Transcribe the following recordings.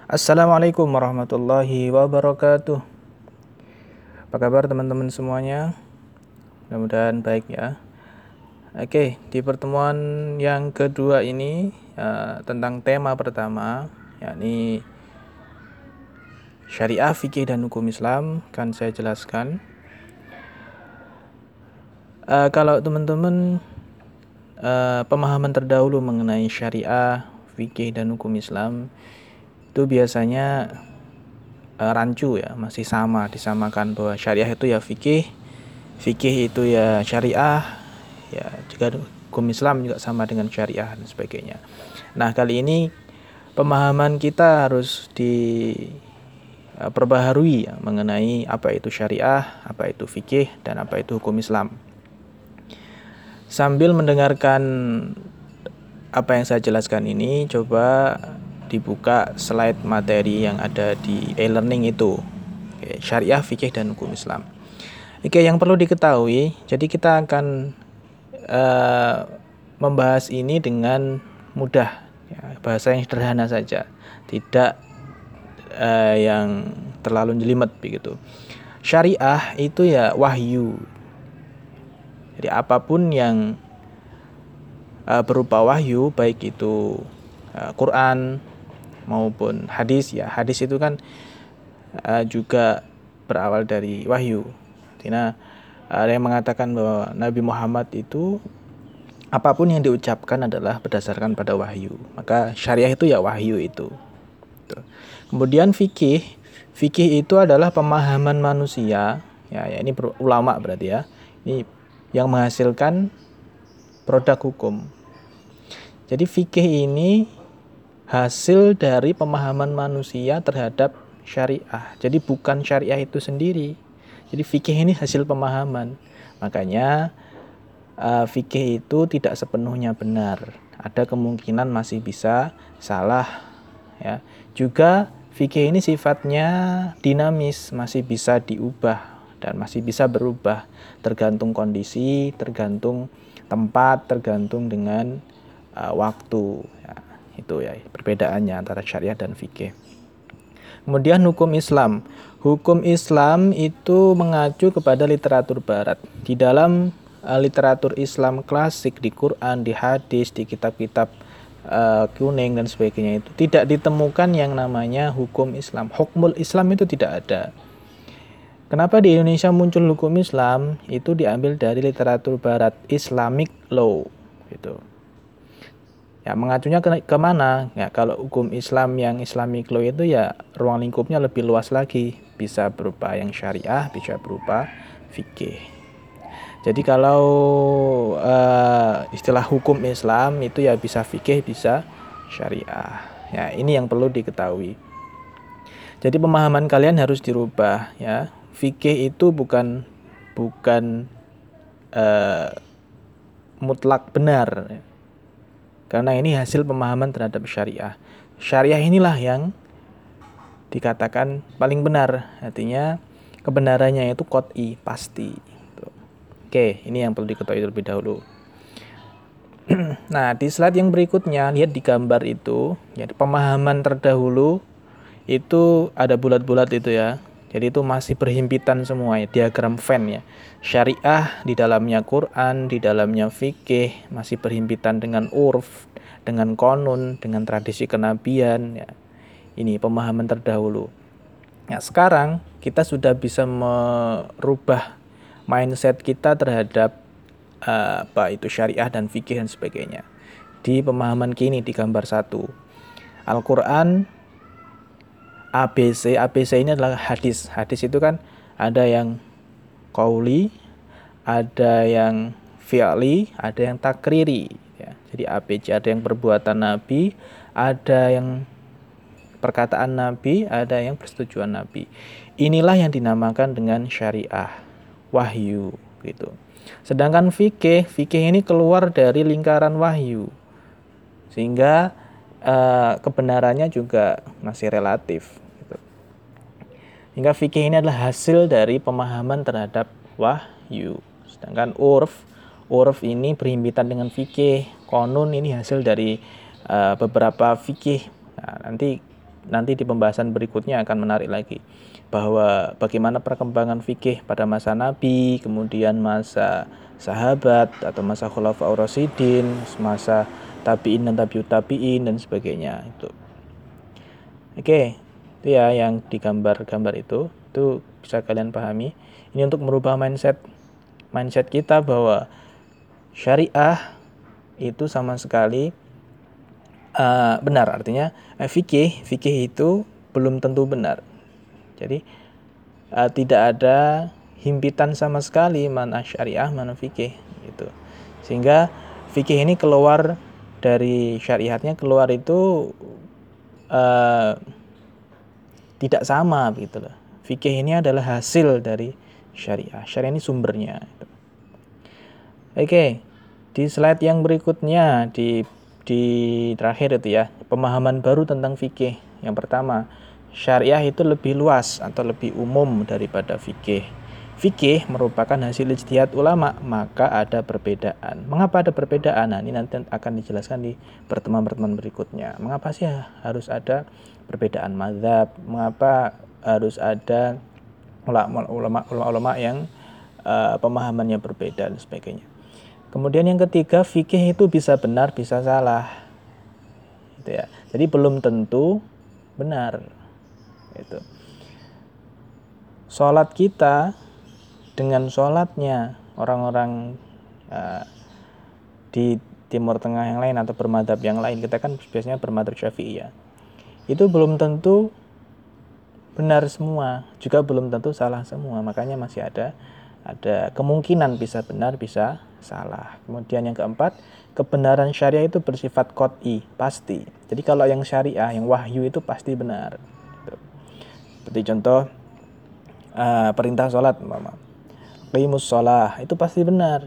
Assalamualaikum warahmatullahi wabarakatuh. Apa kabar teman-teman semuanya? Mudah-mudahan baik ya. Oke, di pertemuan yang kedua ini tentang tema pertama, yakni syariah, fikih, dan hukum Islam, akan saya jelaskan. Kalau teman-teman pemahaman terdahulu mengenai syariah, fikih, dan hukum Islam itu biasanya rancu ya, masih sama, disamakan bahwa syariah itu ya fikih, fikih itu ya syariah, ya juga hukum Islam juga sama dengan syariah dan sebagainya. Nah, kali ini pemahaman kita harus diperbaharui ya, mengenai apa itu syariah, apa itu fikih, dan apa itu hukum Islam. Sambil mendengarkan apa yang saya jelaskan ini, coba dibuka slide materi yang ada di e-learning itu. Oke, syariah, fikih, dan hukum Islam. Oke, yang perlu diketahui, jadi kita akan membahas ini dengan mudah, ya, bahasa yang sederhana saja, tidak yang terlalu jelimet begitu. Syariah itu ya wahyu. Jadi apapun yang berupa wahyu, baik itu Quran maupun hadis, ya hadis itu kan juga berawal dari wahyu. Artinya ada yang mengatakan bahwa Nabi Muhammad itu apapun yang diucapkan adalah berdasarkan pada wahyu. Maka syariah itu ya wahyu itu. Kemudian fikih itu adalah pemahaman manusia, ya ini ulama berarti ya. Ini yang menghasilkan produk hukum. Jadi fikih ini hasil dari pemahaman manusia terhadap syariah. Jadi bukan syariah itu sendiri. Jadi fikih ini hasil pemahaman. Makanya fikih itu tidak sepenuhnya benar. Ada kemungkinan masih bisa salah, ya. Juga fikih ini sifatnya dinamis, masih bisa diubah dan masih bisa berubah tergantung kondisi, tergantung tempat, tergantung dengan waktu, ya. Itu ya perbedaannya antara syariah dan fikih. Kemudian hukum Islam. Hukum Islam itu mengacu kepada literatur barat. Di dalam literatur Islam klasik, di Quran, di hadis, di kitab-kitab kuning dan sebagainya, itu tidak ditemukan yang namanya hukum Islam. Hukmul Islam itu tidak ada. Kenapa di Indonesia muncul hukum Islam? Itu diambil dari literatur barat, Islamic law gitu. Ya, mengacunya ke mana? Ya, kalau hukum Islam yang Islamic law itu ya ruang lingkupnya lebih luas lagi. Bisa berupa yang syariah, bisa berupa fikih. Jadi kalau istilah hukum Islam itu ya bisa fikih, bisa syariah. Ya, ini yang perlu diketahui. Jadi pemahaman kalian harus dirubah ya. Fikih itu bukan mutlak benar. Karena ini hasil pemahaman terhadap syariah. Syariah inilah yang dikatakan paling benar. Artinya kebenarannya itu qot'i, pasti. Oke, ini yang perlu diketahui terlebih dahulu. Nah, di slide yang berikutnya, lihat di gambar itu, ya, pemahaman terdahulu itu ada bulat-bulat itu ya. Jadi itu masih berhimpitan semua ya, diagram Venn ya. Syariah di dalamnya Quran, di dalamnya fikih, masih berhimpitan dengan urf, dengan konun, dengan tradisi kenabian ya. Ini pemahaman terdahulu. Nah, sekarang kita sudah bisa merubah mindset kita terhadap apa itu syariah dan fikih dan sebagainya. Di pemahaman kini di gambar 1. Al-Qur'an ABC ini adalah hadis. Hadis itu kan ada yang qauli, ada yang fi'li, ada yang takriri ya. Jadi ABC ada yang perbuatan Nabi, ada yang perkataan Nabi, ada yang persetujuan Nabi. Inilah yang dinamakan dengan syariah, wahyu gitu. Sedangkan fikih ini keluar dari lingkaran wahyu. Sehingga kebenarannya juga masih relatif. Hingga fikih ini adalah hasil dari pemahaman terhadap wahyu. Sedangkan urf ini berhimpitan dengan fikih. Konun ini hasil dari beberapa fikih. Nah, nanti nanti di pembahasan berikutnya akan menarik lagi, bahwa bagaimana perkembangan fikih pada masa Nabi, kemudian masa sahabat atau masa Khulafaur Rasyidin, masa tabi'in dan tabi'ut tabi'in dan sebagainya itu. Oke, itu ya yang digambar-gambar itu bisa kalian pahami. Ini untuk merubah mindset kita bahwa syariah itu sama sekali benar, artinya fikih itu belum tentu benar. Jadi tidak ada himpitan sama sekali mana syariah mana fikih gitu. Sehingga fikih ini keluar dari syariatnya, keluar itu tidak sama begitu loh. Fikih ini adalah hasil dari syariah. Syariah ini sumbernya. Oke, di slide yang berikutnya di terakhir itu ya, pemahaman baru tentang fikih. Yang pertama, syariah itu lebih luas atau lebih umum daripada fikih. Fikih merupakan hasil ijtihad ulama, maka ada perbedaan. Mengapa ada perbedaan? Nah, ini nanti akan dijelaskan di pertemuan-pertemuan berikutnya. Mengapa sih harus ada perbedaan mazhab? Mengapa harus ada ulama-ulama yang pemahamannya berbeda dan sebagainya. Kemudian yang ketiga, fikih itu bisa benar, bisa salah. Gitu ya. Jadi belum tentu benar. Gitu. Sholat kita dengan sholatnya orang-orang di Timur Tengah yang lain atau bermadhab yang lain, kita kan biasanya bermadhab Syafi'i ya, itu belum tentu benar semua, juga belum tentu salah semua. Makanya masih ada kemungkinan bisa benar, bisa salah. Kemudian yang keempat, kebenaran syariah itu bersifat qot'i, pasti. Jadi kalau yang syariah, yang wahyu itu pasti benar. Seperti contoh perintah sholat, qimus sholah, itu pasti benar.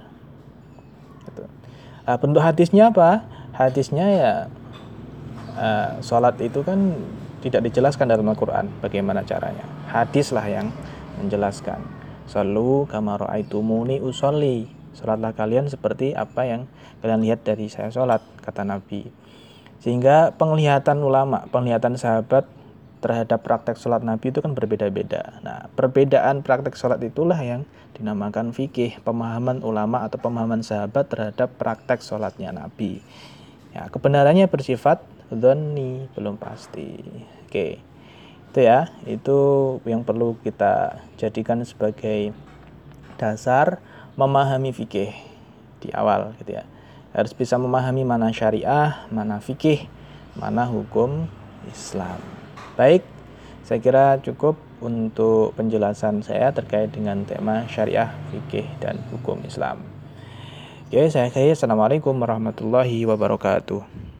Bentuk hadisnya apa? Hadisnya ya sholat itu kan tidak dijelaskan dalam Al-Quran bagaimana caranya. Hadis lah yang menjelaskan. Shallu kama ra'aitumuni usolli. Sholatlah kalian seperti apa yang kalian lihat dari saya sholat, kata Nabi. Sehingga penglihatan ulama, penglihatan sahabat terhadap praktek sholat Nabi itu kan berbeda-beda. Nah, perbedaan praktek sholat itulah yang dinamakan fikih, pemahaman ulama atau pemahaman sahabat terhadap praktek sholatnya Nabi. Ya, kebenarannya bersifat dzanni, belum pasti. Oke. Itu ya, itu yang perlu kita jadikan sebagai dasar memahami fikih di awal gitu ya. Harus bisa memahami mana syariah, mana fikih, mana hukum Islam. Baik, saya kira cukup untuk penjelasan saya terkait dengan tema syariah, fikih, dan hukum Islam. Oke, saya akhiri. Assalamualaikum warahmatullahi wabarakatuh.